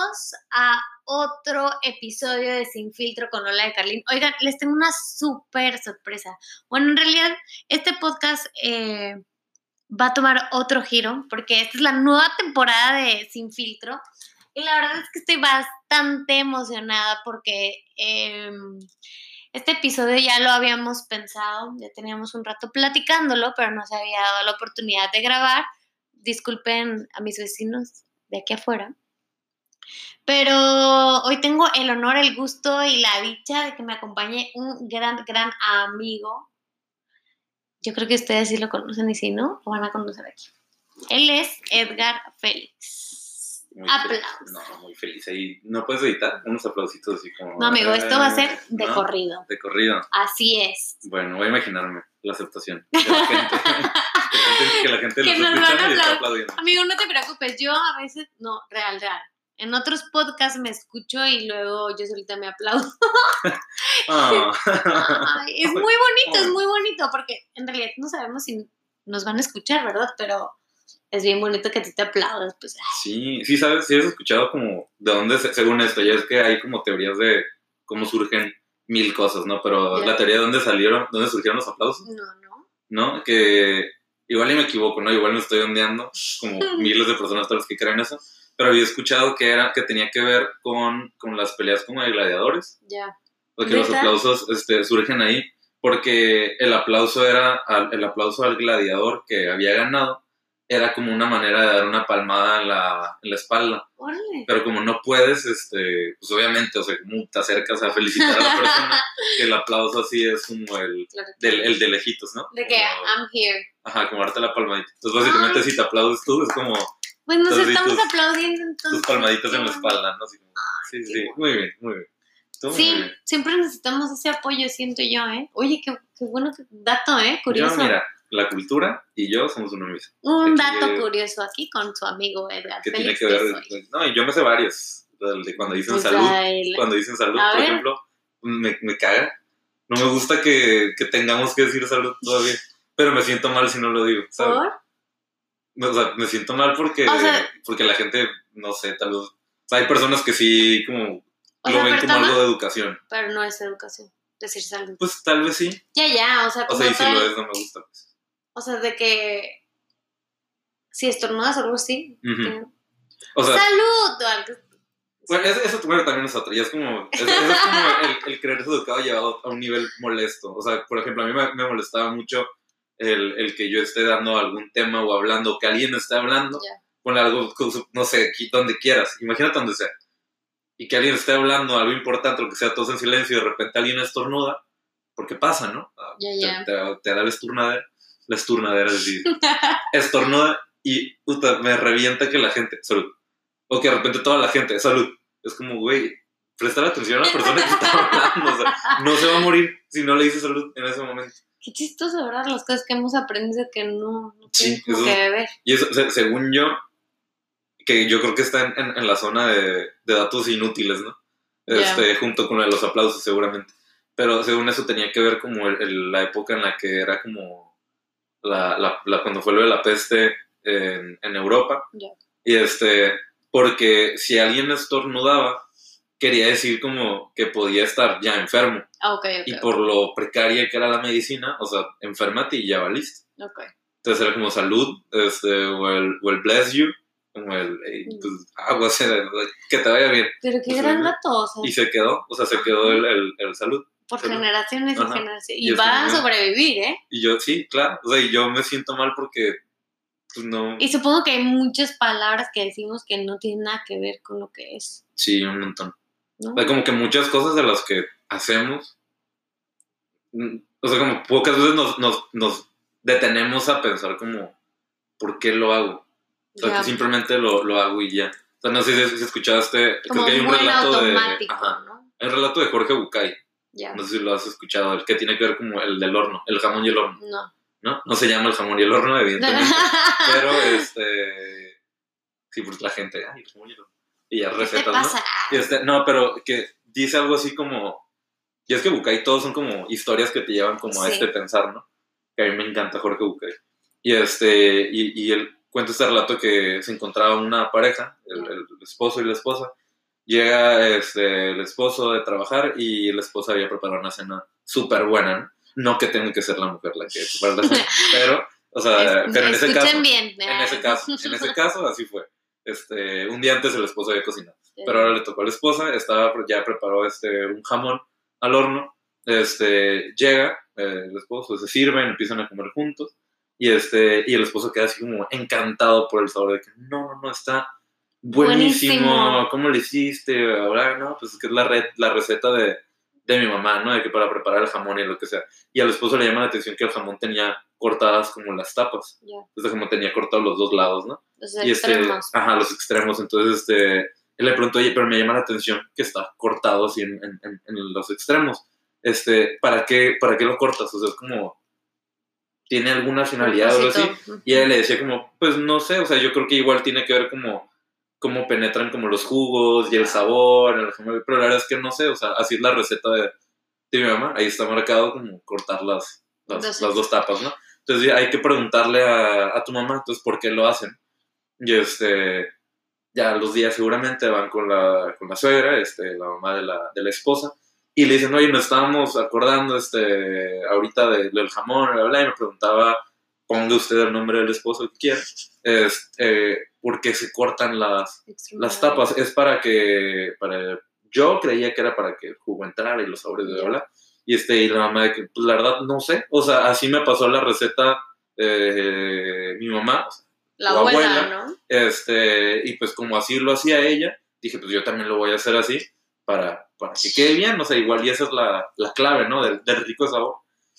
bienvenidos a otro episodio de Sin Filtro con Lola de Carlín. Oigan, les tengo una súper sorpresa. Bueno, en realidad este podcast va a tomar otro giro porque esta es la nueva temporada de Sin Filtro y la verdad es que estoy bastante emocionada porque este episodio ya lo habíamos pensado, ya teníamos un rato platicándolo, pero no se había dado la oportunidad de grabar. Disculpen a mis vecinos de aquí afuera. Pero hoy tengo el honor, el gusto y la dicha de que me acompañe un gran amigo. Yo creo que ustedes sí lo conocen y si no, lo van a conocer aquí. Él es Edgar Félix. Aplausos. No, muy feliz. Ahí no puedes editar unos aplausitos así como... No, amigo, esto va a ser de ¿no? corrido. De corrido. Así es. Bueno, voy a imaginarme la aceptación de la gente. que la gente lo Que está nos van a escuchando y está aplaudir. aplaudiendo. Amigo, no te preocupes, yo a veces, no, real. En otros podcasts me escucho y luego yo solita me aplaudo. Oh. Ay, es muy bonito, porque en realidad no sabemos si nos van a escuchar, ¿verdad? Pero es bien bonito que a ti te aplaudas, pues. Sí, sabes, sí has escuchado como de dónde, según esto, ya es que hay como teorías de cómo surgen mil cosas, ¿no? Pero Ya. la teoría de dónde surgieron los aplausos, ¿no? Que igual y me equivoco, ¿no? Igual me estoy ondeando, como miles de personas todas las que creen eso, pero había escuchado que tenía que ver con las peleas como de gladiadores. Ya. Porque los aplausos surgen ahí, porque el aplauso al gladiador que había ganado era como una manera de dar una palmada en la espalda. Órale. Pero como no puedes, pues obviamente, o sea, como te acercas a felicitar a la persona, que el aplauso así es como el de lejitos, ¿no? De que I'm here. Ajá, como darte la palmadita. Entonces básicamente si te aplaudes tú, es como... Pues nos estamos aplaudiendo entonces. Tus palmaditas en la espalda, ¿no? Así como, sí, muy bien. Sí, siempre necesitamos ese apoyo, siento yo, ¿eh? Oye, qué bueno dato, curioso. Yo, mira, la cultura y yo somos uno mismo. Un dato curioso aquí con su amigo Edgar. Que Félix tiene que ver... No, y yo me sé varios. De cuando dicen pues salud. Cuando dicen salud, por ejemplo, me caga. No me gusta que tengamos que decir salud todavía. Pero me siento mal si no lo digo, ¿sabes? ¿Por? O sea, me siento mal porque la gente, no sé, tal vez... O sea, hay personas que sí como... Lo ven como algo de educación. Pero no es educación, decir salud. Pues tal vez sí. Ya, o sea, como o sea, y si lo es, no me gusta. Pues. O sea, de que si estornudas o algo así. Uh-huh. O sea, ¡salud! Bueno, eso también es otro. Y es como, es como el creerse educado llevado a un nivel molesto. O sea, por ejemplo, a mí me molestaba mucho el que yo esté dando algún tema o hablando, que alguien esté hablando, con algo, no sé, donde quieras. Imagínate donde sea. Y que alguien esté hablando algo importante, lo que sea, todos en silencio, y de repente alguien estornuda, porque pasa, ¿no? Te da la estornadera, es decir, estornuda y me revienta que la gente, salud, o que de repente toda la gente, salud, es como, güey, prestar atención a la persona que está hablando, o sea, no se va a morir si no le dices salud en ese momento. Qué chistoso, ¿verdad? Las cosas que hemos aprendido que no tienen como que beber. Y eso, según yo, que yo creo que está en la zona de datos inútiles, ¿no? Junto con los aplausos seguramente. Pero según eso tenía que ver como la época en la que era como cuando fue lo de la peste en Europa. Y porque si alguien estornudaba, quería decir como que podía estar ya enfermo. Y por lo precaria que era la medicina, o sea, enférmate y ya valiste. Entonces era como salud, o el bless you, como pues, que te vaya bien. Pero qué gran dato, o sea. Y se quedó el salud. Por generaciones y generaciones. Y va a sobrevivir, ¿eh? Y yo, sí, claro. O sea, y yo me siento mal porque, pues no. Y supongo que hay muchas palabras que decimos que no tienen nada que ver con lo que es. Sí, un montón. ¿No? O sea, como que muchas cosas de las que hacemos, o sea, como pocas veces nos detenemos a pensar como, ¿por qué lo hago? O sea, que simplemente lo hago y ya. O sea, no sé si escuchaste, como creo que hay un relato ¿no? Hay un relato de Jorge Bucay. No sé si lo has escuchado, el que tiene que ver como el del horno, el jamón y el horno. No se llama el jamón y el horno, evidentemente. Pero sí, pues la gente, el jamón y el horno. Y ya recetas, ¿no? No, pero que dice algo así como, y es que Bucay todos son como historias que te llevan como a pensar, ¿no? Que a mí me encanta Jorge Bucay. Y él cuenta este relato que se encontraba una pareja, el esposo y la esposa, Llega el esposo de trabajar y la esposa había preparado una cena súper buena, ¿no? No que tenga que ser la mujer la que prepara la cena, pero, o sea, pero en ese caso, bien. en ese caso, así fue. Un día antes el esposo había cocinado, pero ahora le tocó a la esposa, ya preparó un jamón al horno, llega el esposo, se sirven, empiezan a comer juntos, y el esposo queda así como encantado por el sabor de que no, está buenísimo, ¿cómo le hiciste? Ahora, no, pues es que es la receta de mi mamá, ¿no? De que para preparar el jamón y lo que sea. Y al esposo le llama la atención que el jamón tenía cortadas como las tapas. Yeah. Entonces como tenía cortados los dos lados, ¿no? Los extremos. Los extremos. Entonces él le preguntó, oye, pero me llama la atención que está cortado así en los extremos. ¿Para qué lo cortas? O sea, es como, ¿tiene alguna finalidad o algo así? Y ella le decía como, pues no sé, o sea, yo creo que igual tiene que ver como cómo penetran como los jugos y el sabor, pero la verdad es que no sé, o sea, así es la receta de mi mamá, ahí está marcado como cortar las dos tapas, ¿no? Entonces hay que preguntarle a tu mamá, entonces, ¿por qué lo hacen? Y ya los días seguramente van con la suegra, la mamá de la esposa, y le dicen, oye, nos estábamos acordando ahorita del jamón, bla, bla, y me preguntaba, ponga usted el nombre del esposo que quiera, ¿por qué se cortan las tapas? Es yo creía que era para que el jugo entrara y los sabores de bla, y la mamá de que, pues la verdad, no sé, o sea, así me pasó la receta mi mamá, o sea, la abuela, ¿no? Y pues como así lo hacía ella, dije, pues yo también lo voy a hacer así para que quede bien, o sea, igual y esa es la clave, ¿no? Del rico sabor.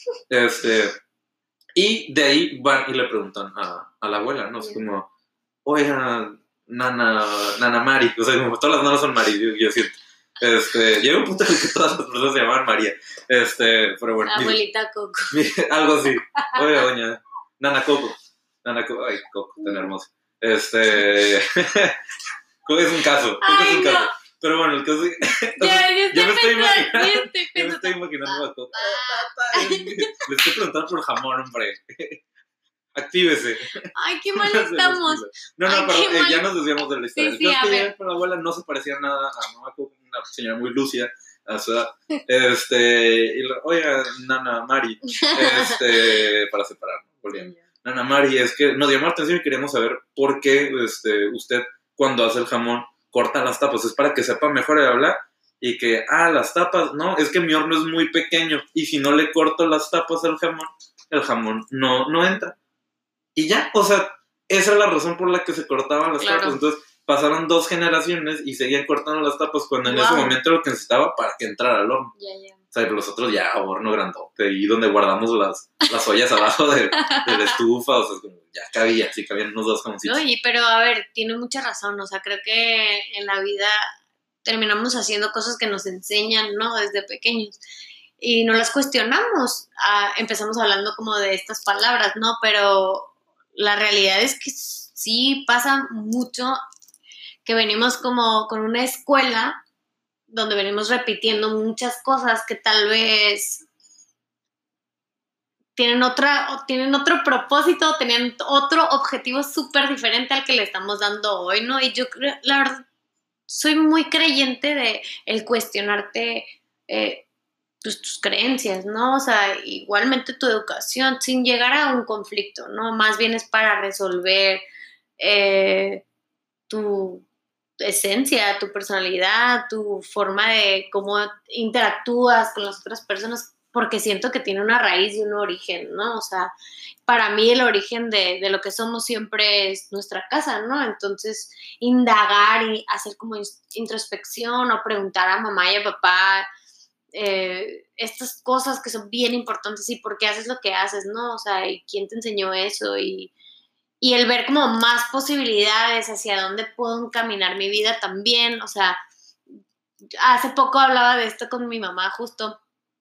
Y de ahí van y le preguntan a la abuela, ¿no? Es como, oiga, Nana Mari, o sea, como todas las nanas son Mari, yo siento. Llega un punto en el que todas las personas se llaman María. Pero bueno. Abuelita Coco. Algo así. Oiga, doña Nana Coco. Ay, Coco, tan hermoso. Es un caso. Ay, es un caso. Pero bueno, el caso es que yo me estoy imaginando a Coco. Le estoy preguntando por jamón, hombre. Actívese. Ay, qué mal estamos. No, pero ya nos desviamos de la historia. Sí, a ver. La abuela no se parecía nada a mamá, una señora muy lúcida a su edad. Oiga, Nana Mari, para separarnos, volviendo. Nana Mari, es que nos llamó la atención y queríamos saber por qué usted, cuando hace el jamón, corta las tapas. Es para que sepa mejor de hablar y que, las tapas, no, es que mi horno es muy pequeño y si no le corto las tapas al jamón, el jamón no entra. Y ya, o sea, esa es la razón por la que se cortaban las tapas. Entonces pasaron 2 generaciones y seguían cortando las tapas cuando en ese momento lo que necesitaba para que entrara al horno. Yeah. O sea, los otros ya, horno grandote, y donde guardamos las ollas abajo de la estufa, o sea, como ya cabían unos 2 jamoncitos. No, pero a ver, tiene mucha razón, o sea, creo que en la vida terminamos haciendo cosas que nos enseñan, ¿no? Desde pequeños. Y no las cuestionamos. Empezamos hablando como de estas palabras, ¿no? Pero la realidad es que sí pasa mucho que venimos como con una escuela donde venimos repitiendo muchas cosas que tal vez tienen otro propósito, tenían otro objetivo súper diferente al que le estamos dando hoy, ¿no? Y yo creo, la verdad, soy muy creyente de el cuestionarte tus creencias, ¿no? O sea, igualmente tu educación, sin llegar a un conflicto, ¿no? Más bien es para resolver tu esencia, tu personalidad, tu forma de cómo interactúas con las otras personas, porque siento que tiene una raíz y un origen, ¿no? O sea, para mí el origen de lo que somos siempre es nuestra casa, ¿no? Entonces, indagar y hacer como introspección o preguntar a mamá y a papá estas cosas que son bien importantes y por qué haces lo que haces, ¿no? O sea, ¿y quién te enseñó eso? Y el ver como más posibilidades hacia dónde puedo encaminar mi vida también, o sea, hace poco hablaba de esto con mi mamá justo,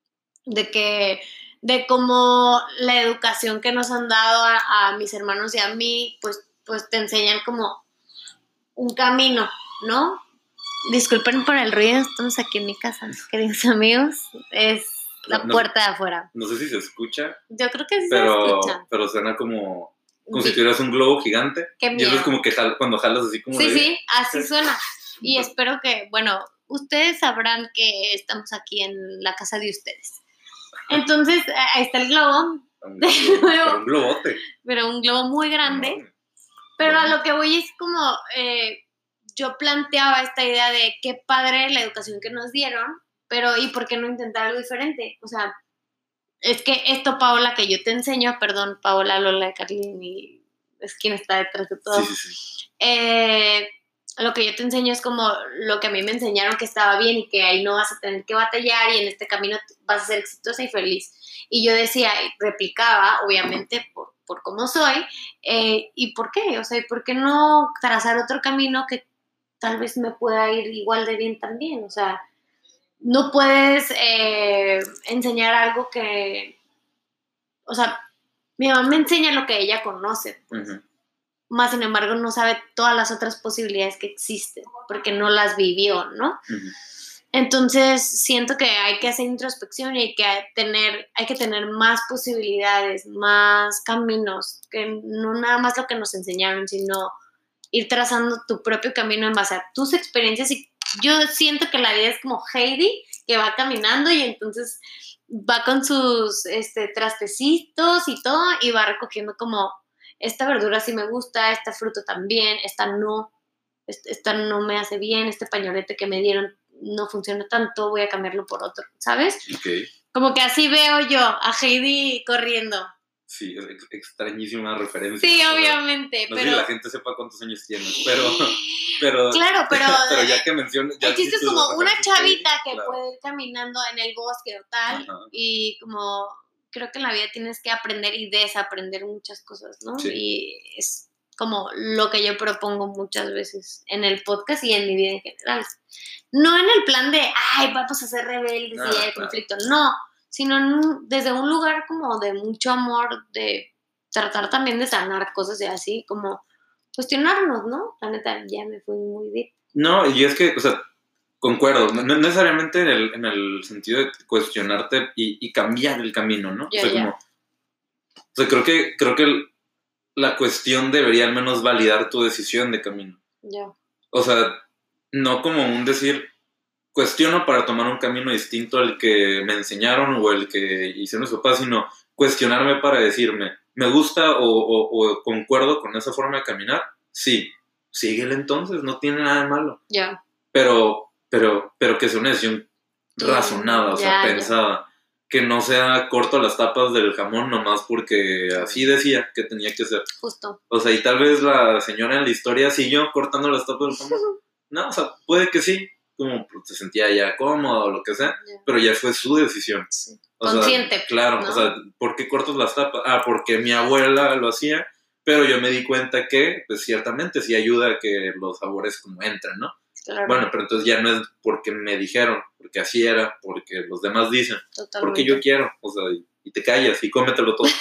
de cómo la educación que nos han dado a mis hermanos y a mí, pues te enseñan como un camino, ¿no? Disculpen por el ruido, estamos aquí en mi casa, queridos amigos, es la puerta de afuera. No sé si se escucha. Yo creo que sí se escucha. Pero suena como si tuvieras un globo gigante. Qué miedo. Y eso es como que cuando jalas así como... Sí, así suena. Y espero que, bueno, ustedes sabrán que estamos aquí en la casa de ustedes. Entonces, ahí está el globo. Pero un globote. Pero un globo muy grande. No, pero bueno. a lo que voy es como, yo planteaba esta idea de qué padre la educación que nos dieron, pero ¿y por qué no intentar algo diferente? O sea, es que esto, Paola, que yo te enseño, perdón, Paola, Lola, Carlín, y es quien está detrás de todo. Sí. Lo que yo te enseño es como lo que a mí me enseñaron que estaba bien y que ahí no vas a tener que batallar y en este camino vas a ser exitosa y feliz. Y yo decía, y replicaba, obviamente, por cómo soy, ¿y por qué? O sea, ¿y por qué no trazar otro camino que tal vez me pueda ir igual de bien también? O sea, no puedes enseñar algo que, o sea, mi mamá me enseña lo que ella conoce, pues. Uh-huh. Más sin embargo no sabe todas las otras posibilidades que existen, porque no las vivió, ¿no? Uh-huh. Entonces siento que hay que hacer introspección y hay que tener más posibilidades, más caminos, que no nada más lo que nos enseñaron, sino ir trazando tu propio camino en base a tus experiencias. Y yo siento que la vida es como Heidi, que va caminando y entonces va con sus trastecitos y todo y va recogiendo como esta verdura sí me gusta, esta fruta también, esta no me hace bien, este pañolete que me dieron no funciona tanto, voy a cambiarlo por otro, ¿sabes? Okay. Como que así veo yo a Heidi corriendo. Sí, extrañísima referencia. Sí, obviamente. No pero... sé si la gente sepa cuántos años tienes, pero claro, pero ya que mencionas... el chiste es como una chavita que claro. puede ir caminando en el bosque o tal, ajá, y como creo que en la vida tienes que aprender y desaprender muchas cosas, ¿no? Sí. Y es como lo que yo propongo muchas veces en el podcast y en mi vida en general. No en el plan de, ay, vamos a ser rebeldes y hay conflicto, no, sino desde un lugar como de mucho amor, de tratar también de sanar cosas y así, como cuestionarnos, ¿no? La neta, ya me fui muy deep. No, y es que, o sea, concuerdo, no necesariamente en el sentido de cuestionarte y cambiar el camino, ¿no? Yeah, o sea, como, o sea, creo que la cuestión debería al menos validar tu decisión de camino. Yeah. O sea, no como un decir, cuestiono para tomar un camino distinto al que me enseñaron o el que hicieron mis papás, sino cuestionarme para decirme, ¿me gusta o concuerdo con esa forma de caminar? Sí, síguele entonces, no tiene nada de malo. Ya. Yeah. Pero que sea una decisión razonada, o sea, pensada. Que no sea corto las tapas del jamón nomás porque así decía que tenía que ser. Justo. O sea, y tal vez la señora en la historia siguió cortando las tapas del jamón. No, o sea, puede que sí, como se sentía ya cómodo o lo que sea, pero ya fue su decisión. Sí. Consciente. Sea, claro, ¿no? O sea, ¿por qué cortas las tapas? Ah, porque mi abuela lo hacía, pero yo me di cuenta que, pues ciertamente sí ayuda a que los sabores como entren, ¿no? Claro. Bueno, pero entonces ya no es porque me dijeron, porque así era, porque los demás dicen, totalmente. Porque yo quiero, o sea, y te callas y cómetelo todo.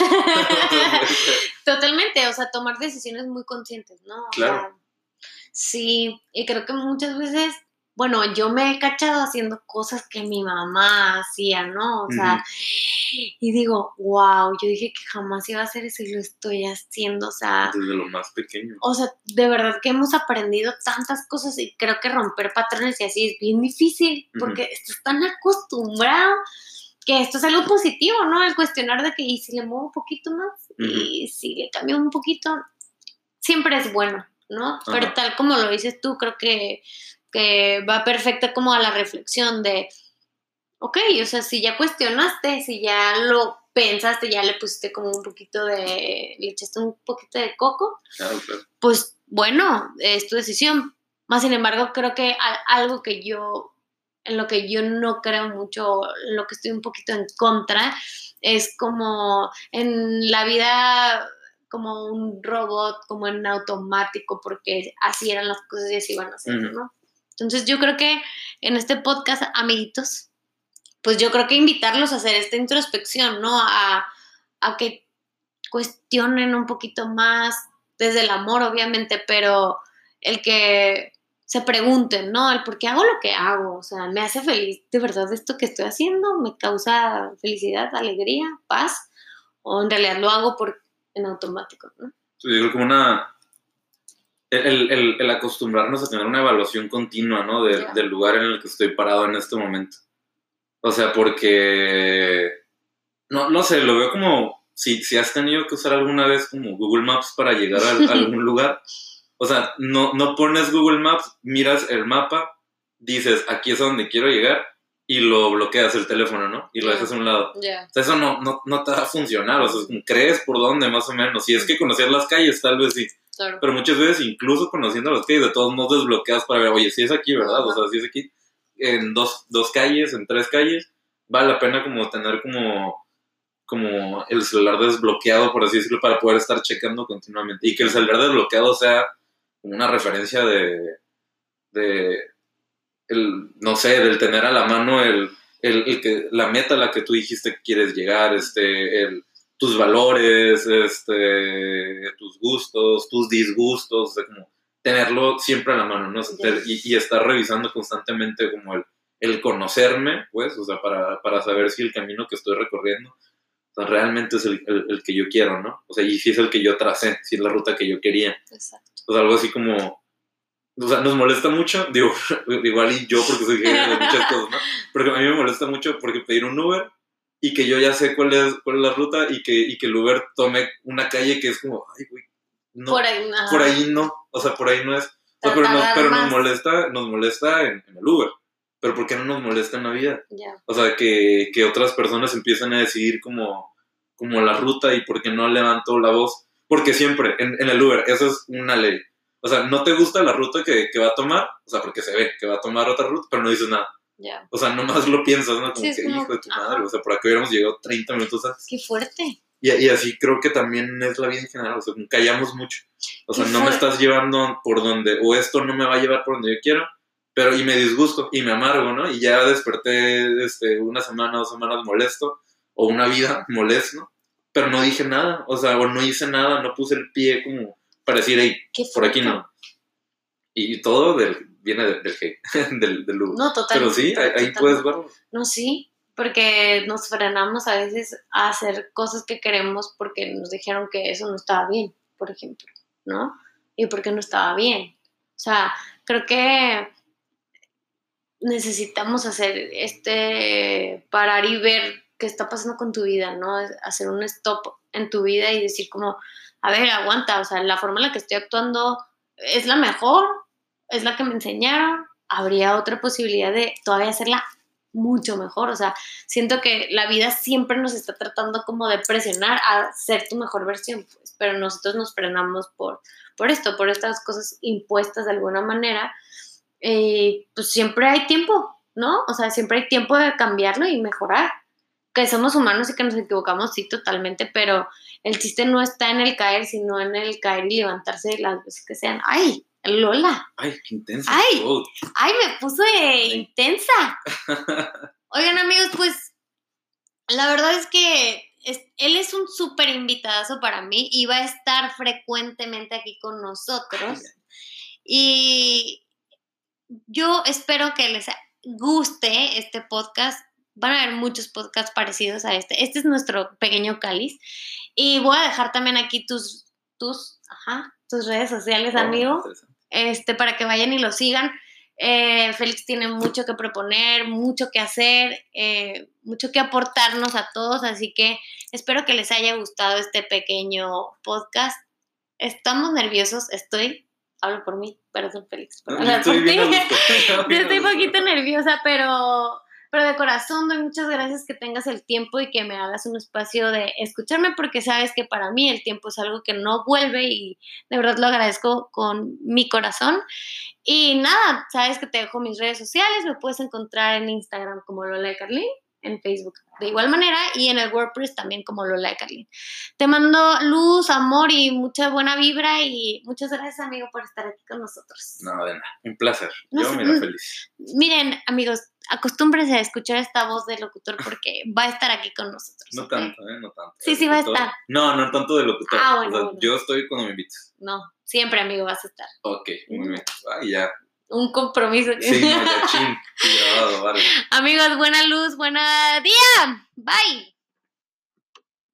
Totalmente, o sea, tomar decisiones muy conscientes, ¿no? Claro. O sea, sí, y creo que muchas veces, bueno, yo me he cachado haciendo cosas que mi mamá hacía, ¿no? O sea, y digo, wow, yo dije que jamás iba a hacer eso y lo estoy haciendo, o sea. Desde lo más pequeño. O sea, de verdad que hemos aprendido tantas cosas y creo que romper patrones y así es bien difícil porque estás tan acostumbrado que esto es algo positivo, ¿no? El cuestionar de que, ¿y si le muevo un poquito más? Y si le cambio un poquito, siempre es bueno, ¿no? Pero tal como lo dices tú, creo que va perfecta como a la reflexión de, ok, o sea, si ya cuestionaste, si ya lo pensaste, ya le pusiste como un poquito le echaste un poquito de coco, claro. Pues bueno, es tu decisión. Más sin embargo, creo que algo en lo que yo no creo mucho, lo que estoy un poquito en contra, es como en la vida como un robot, como en automático, porque así eran las cosas y así van a ser, ¿no? Entonces yo creo que en este podcast, amiguitos, pues yo creo que invitarlos a hacer esta introspección, ¿no? A que cuestionen un poquito más desde el amor, obviamente, pero el que se pregunten, ¿no? El por qué hago lo que hago, o sea, ¿me hace feliz de verdad esto que estoy haciendo? ¿Me causa felicidad, alegría, paz? ¿O en realidad lo hago en automático, ¿no? Yo creo como una el acostumbrarnos a tener una evaluación continua, ¿no? Del lugar en el que estoy parado en este momento. O sea, porque, no sé, lo veo como si has tenido que usar alguna vez como Google Maps para llegar a algún lugar. O sea, no pones Google Maps, miras el mapa, dices, aquí es a donde quiero llegar, y lo bloqueas el teléfono, ¿no? Y lo dejas a un lado. O sea, eso no te va a funcionar. O sea, crees por dónde, más o menos. Si es que conocías las calles, tal vez sí. Claro. Pero muchas veces, incluso conociendo las calles, de todos modos desbloqueas para ver, oye, si es aquí, ¿verdad? O sea, si es aquí, en dos calles, en 3 calles, vale la pena como tener como el celular desbloqueado, por así decirlo, para poder estar checando continuamente. Y que el celular desbloqueado sea como una referencia no sé, del tener a la mano la meta a la que tú dijiste que quieres llegar, tus valores, tus gustos, tus disgustos, o sea, como tenerlo siempre a la mano, ¿no? Y estar revisando constantemente como el conocerme, pues, o sea, para saber si el camino que estoy recorriendo, o sea, realmente es el que yo quiero, ¿no? O sea, y si es el que yo tracé, si es la ruta que yo quería. Exacto. O sea, algo así como, o sea, nos molesta mucho, digo, igual y yo porque soy genio de muchas cosas, ¿no? Porque a mí me molesta mucho porque pedir un Uber y que yo ya sé cuál es la ruta y que el Uber tome una calle que es como, ay, güey, no, por ahí no, o sea, por ahí no es. O sea, pero nos molesta en el Uber. Pero ¿por qué no nos molesta en la vida? O sea, que otras personas empiezan a decidir como la ruta y por qué no levanto la voz. Porque siempre, en el Uber, eso es una ley. O sea, no te gusta la ruta que va a tomar, o sea, porque se ve que va a tomar otra ruta, pero no dices nada. O sea, nomás lo piensas, ¿no? Como que, hijo de tu madre, o sea, por aquí hubiéramos llegado 30 minutos antes. ¡Qué fuerte! Y así creo que también es la vida en general, o sea, callamos mucho. O sea, no me estás llevando por donde, o esto no me va a llevar por donde yo quiero, pero y me disgusto, y me amargo, ¿no? Y ya desperté una semana, 2 semanas molesto, o una vida molesto, pero no dije nada, o sea, o no hice nada, no puse el pie como para decir, hey, por aquí no. Y todo viene del hate, del Uber. No, totalmente. Pero sí, ahí puedes verlo. No, sí, porque nos frenamos a veces a hacer cosas que queremos porque nos dijeron que eso no estaba bien, por ejemplo, ¿no? Y porque no estaba bien. O sea, creo que necesitamos hacer parar y ver qué está pasando con tu vida, ¿no? Hacer un stop en tu vida y decir como, a ver, aguanta, o sea, la forma en la que estoy actuando es la mejor, es la que me enseñaron, habría otra posibilidad de todavía hacerla mucho mejor, o sea, siento que la vida siempre nos está tratando como de presionar a ser tu mejor versión, pues, pero nosotros nos frenamos por estas cosas impuestas de alguna manera. Pues siempre hay tiempo, ¿no? O sea, siempre hay tiempo de cambiarlo y mejorar. Que somos humanos y que nos equivocamos, sí, totalmente, pero el chiste no está en el caer, sino en el caer y levantarse las veces que sean. ¡Ay, Lola! ¡Ay, qué intensa! ¡Ay, me puso intensa! Oigan, amigos, pues la verdad es que él es un súper invitadazo para mí y va a estar frecuentemente aquí con nosotros. Y yo espero que les guste este podcast. Van a haber muchos podcasts parecidos a este. Este es nuestro pequeño cáliz. Y voy a dejar también aquí tus redes sociales, amigo, para que vayan y lo sigan. Félix tiene mucho que proponer, mucho que hacer, mucho que aportarnos a todos, así que espero que les haya gustado este pequeño podcast. Estamos nerviosos, hablo por mí, perdón, Félix, por hablar por ti. Yo estoy un poquito nerviosa, pero de corazón doy muchas gracias que tengas el tiempo y que me hagas un espacio de escucharme, porque sabes que para mí el tiempo es algo que no vuelve y de verdad lo agradezco con mi corazón. Y nada, sabes que te dejo mis redes sociales, me puedes encontrar en Instagram como Lola de Carlín, en Facebook de igual manera y en el WordPress también como Lola de Carlín. Te mando luz, amor y mucha buena vibra y muchas gracias, amigo, por estar aquí con nosotros. No, de nada, un placer. Yo me feliz. Miren, amigos, acostúmbrense a escuchar esta voz del locutor porque va a estar aquí con nosotros. No tanto, no tanto. Sí, va a estar. No tanto de locutor. Bueno. Yo estoy cuando me invites. No, siempre, amigo, vas a estar. Ok, muy bien. Ya. Un compromiso. Sí, no, ya grabado, vale. Amigos, buena luz, buena día. Bye.